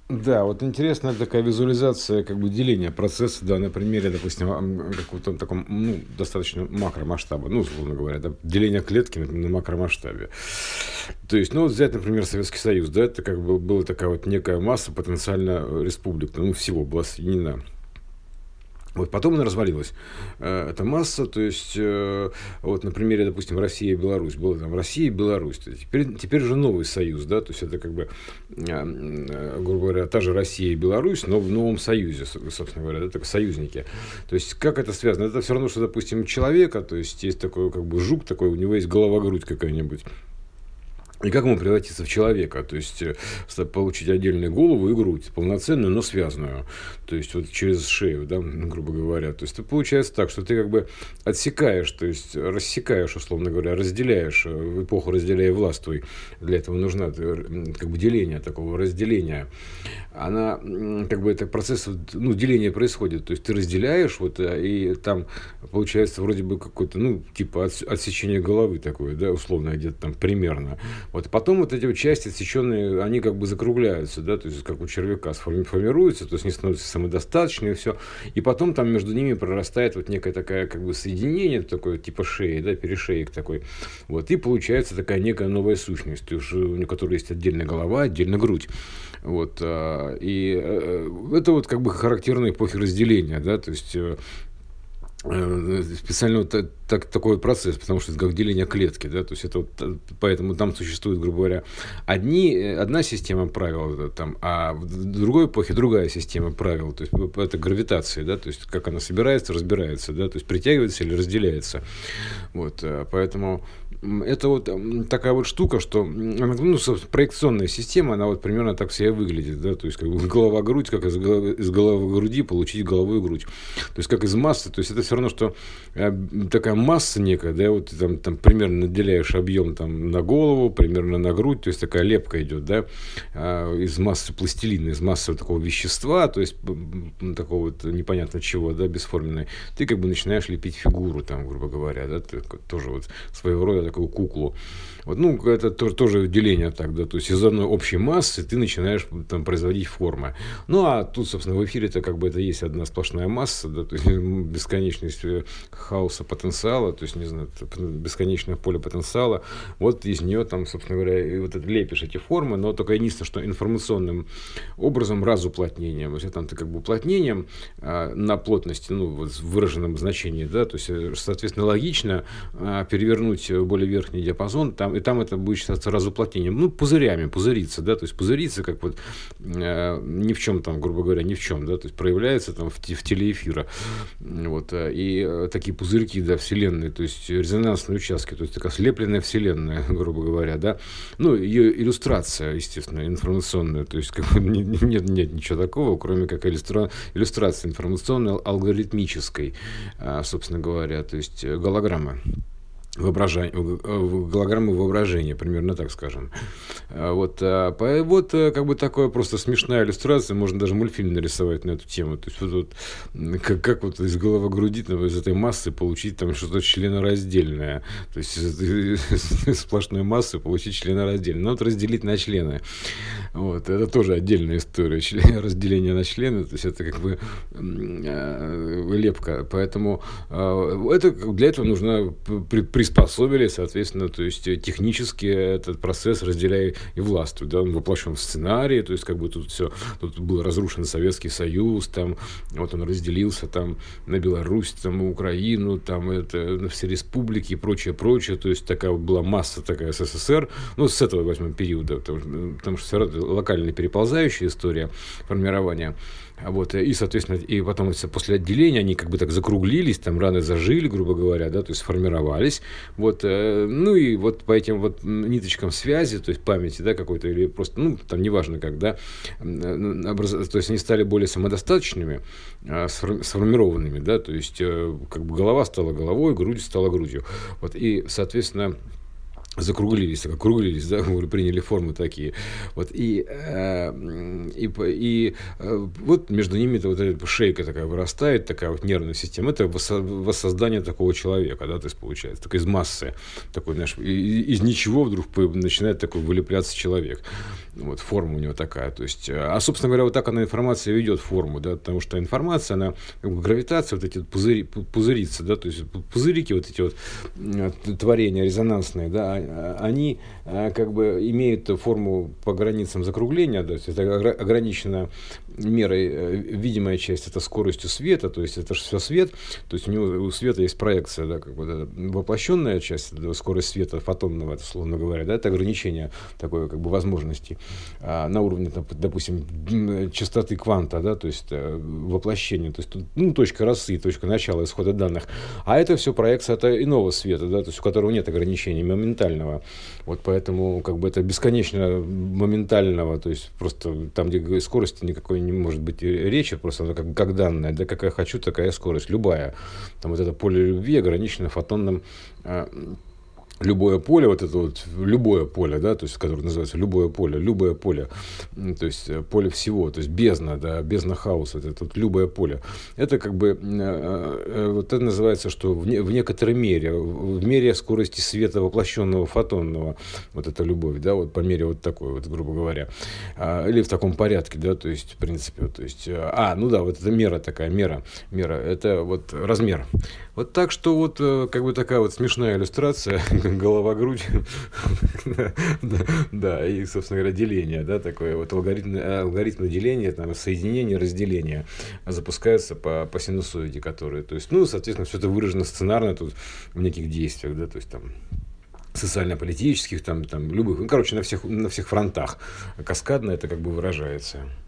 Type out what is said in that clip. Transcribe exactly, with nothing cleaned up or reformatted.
Да, вот интересная такая визуализация как бы деления процесса, да, на примере, допустим, ам, какого-то таком, ну, достаточно макромасштаба, ну, условно говоря, да, деление клетки на, на макромасштабе. То есть, ну, вот взять, например, Советский Союз, да, это как бы была такая вот некая масса потенциально э, республик, ну, всего была соединена. Вот потом она развалилась. Э, Эта масса, то есть, э, вот на примере, допустим, Россия и Беларусь. Было там Россия и Беларусь. То есть теперь, теперь же новый союз, да, то есть это как бы, э, э, грубо говоря, та же Россия и Беларусь, но в новом союзе, собственно говоря, да, так, союзники. То есть как это связано? Это все равно, что, допустим, человека, то есть есть такой как бы жук такой, у него есть голова-грудь какая-нибудь. И как ему превратиться в человека, то есть э, получить отдельную голову и грудь, полноценную, но связанную, то есть вот через шею, да, грубо говоря. То есть это получается так, что ты как бы отсекаешь, то есть рассекаешь, условно говоря, разделяешь, э, в эпоху разделяя властвуй. Для этого нужно э, как бы деление, такого разделения. Она, как бы, это процесс, ну, деления происходит, то есть ты разделяешь, вот, э, и там получается вроде бы какой-то, ну, типа отсечение головы такое, да, условно, где-то там примерно. Вот, потом вот эти вот части отсеченные, они как бы закругляются, да, то есть как у червяка формируются, то есть они становятся самодостаточными, и все. И потом там между ними прорастает вот некое такое как бы соединение, такое типа шеи, да, перешеек такой. Вот, и получается такая некая новая сущность, то есть у которой есть отдельная голова, отдельно грудь. Вот, и это вот как бы характерно эпохи разделения, да, то есть специально вот так, такой процесс, потому что это как деление клетки, да, то есть это вот, поэтому там существует, грубо говоря, одни, одна система правил, там, а в другой эпохе другая система правил, то есть это гравитация, да, то есть как она собирается, разбирается, да, то есть притягивается или разделяется, вот, поэтому это вот такая вот штука, что, ну, проекционная система, она вот примерно так вся и выглядит, да, то есть как бы голова-грудь, как из головы, из головы груди получить голову и грудь, то есть как из массы, то есть это все равно, что такая масса некая, да, вот ты там, там примерно наделяешь объем там на голову, примерно на грудь, то есть такая лепка идет, да, из массы пластилина, из массы такого вещества, то есть такого вот непонятно чего, да, бесформенной, ты как бы начинаешь лепить фигуру там, грубо говоря, да, ты, тоже вот своего рода такую куклу. Вот, ну, это тоже, тоже деление так, да, то есть из одной общей массы ты начинаешь там производить формы. Ну, а тут, собственно, в эфире это как бы это есть одна сплошная масса, да, то есть бесконечность хаоса потенциала, то есть, не знаю, бесконечное поле потенциала. Вот из нее там, собственно говоря, и вот это лепишь эти формы, но только единственное, что информационным образом разуплотнением. То есть, там ты как бы уплотнением а, на плотности, ну, вот в выраженном значении, да, то есть, соответственно, логично а, перевернуть более верхний диапазон, там, и там это будет считаться разуплотнением, ну, пузырями, пузыриться, да, то есть пузыриться, как вот э, ни в чем там, грубо говоря, ни в чем, да, то есть проявляется там в, в теле эфира, вот, и э, такие пузырьки, да, вселенной, то есть резонансные участки, то есть такая слепленная вселенная, грубо говоря, да, ну, ее иллюстрация, естественно, информационная, то есть как бы, нет, нет ничего такого, кроме как иллюстра... иллюстрация информационной, алгоритмической, э, собственно говоря, то есть голограмма. Воображение, голограммы воображения, примерно так скажем. Вот, вот как бы такая просто смешная иллюстрация, можно даже мультфильм нарисовать на эту тему. То есть вот, вот как, как вот из головы груди, там, из этой массы получить там что-то членораздельное. То есть из, из сплошной массы получить членораздельное. Но вот разделить на члены. Вот, это тоже отдельная история. Член, разделение на члены, то есть это как бы э, лепка. Поэтому э, это, для этого нужно при, приспособили, соответственно, то есть технически этот процесс разделяя и властвует, да, он воплощен в сценарии, то есть как бы тут все, тут был разрушен Советский Союз, там, вот он разделился там на Беларусь, там, на Украину, там, это, на все республики и прочее, прочее, то есть такая вот была масса такая СССР, ну, с этого возьмем периода, потому, потому что все равно локально переползающая история формирования. Вот, и, соответственно, и потом после отделения они как бы так закруглились, там раны зажили, грубо говоря, да, то есть сформировались. Вот, ну и вот по этим вот ниточкам связи, то есть памяти, да, какой-то, или просто, ну, там неважно как, да, образ... то есть они стали более самодостаточными, сформированными, да, то есть как бы голова стала головой, грудь стала грудью. Вот, и, соответственно, закруглились, так округлились, да, приняли формы такие. Вот, и, э, и, и э, вот между ними-то вот эта шейка такая вырастает, такая вот нервная система. Это воссоздание такого человека, да, то есть получается, так из массы, такой, знаешь, из ничего вдруг начинает такой вылепляться человек. Вот, форма у него такая. То есть, а, собственно говоря, вот так она, информация, ведет форму, да, потому что информация, она, как бы, гравитация, вот эти вот пузыри, пузырится, да, то есть пузырики, вот эти вот творения резонансные, да, они как бы имеют форму по границам закругления, да, то есть это ограничена мерой, видимая часть это скоростью света, то есть это же все свет, то есть у него у света есть проекция, да, как бы, да, воплощенная часть, да, скорость света фотонного, это, словно говоря, да, это ограничение такой, как бы, возможности а, на уровне, допустим, частоты кванта, да, то есть воплощение, то есть ну, точка росы, точка начала исхода данных, а это все проекция от иного света, да, то есть у которого нет ограничений моментального, вот поэтому как бы это бесконечно моментального, то есть просто там, где скорости никакой не может быть речи, просто она как, как данная, да, какая хочу, такая скорость, любая. Там вот это поле любви ограничено фотонным, а, любое поле, вот это вот, любое поле, да, то есть, которое называется любое поле, любое поле, то есть поле всего, то есть бездна, да, бездна хаоса, это вот любое поле. Это как бы, вот это называется, что в, не, в некоторой мере, в мере скорости света воплощенного фотонного, вот эта любовь, да, вот по мере вот такой вот, грубо говоря, или в таком порядке, да, то есть, в принципе, то есть, а, ну да, вот это мера такая, мера, мера, это вот размер. Вот так что вот, как бы такая вот смешная иллюстрация, голова-грудь, да, и, собственно говоря, деление, да, такое вот алгоритм, алгоритмы деления, там, соединения, разделения запускаются по, по синусоиде, которые, то есть, ну, соответственно, все это выражено сценарно тут в неких действиях, да, то есть, там, социально-политических, там, там, любых, ну, короче, на всех, на всех фронтах каскадно это как бы выражается.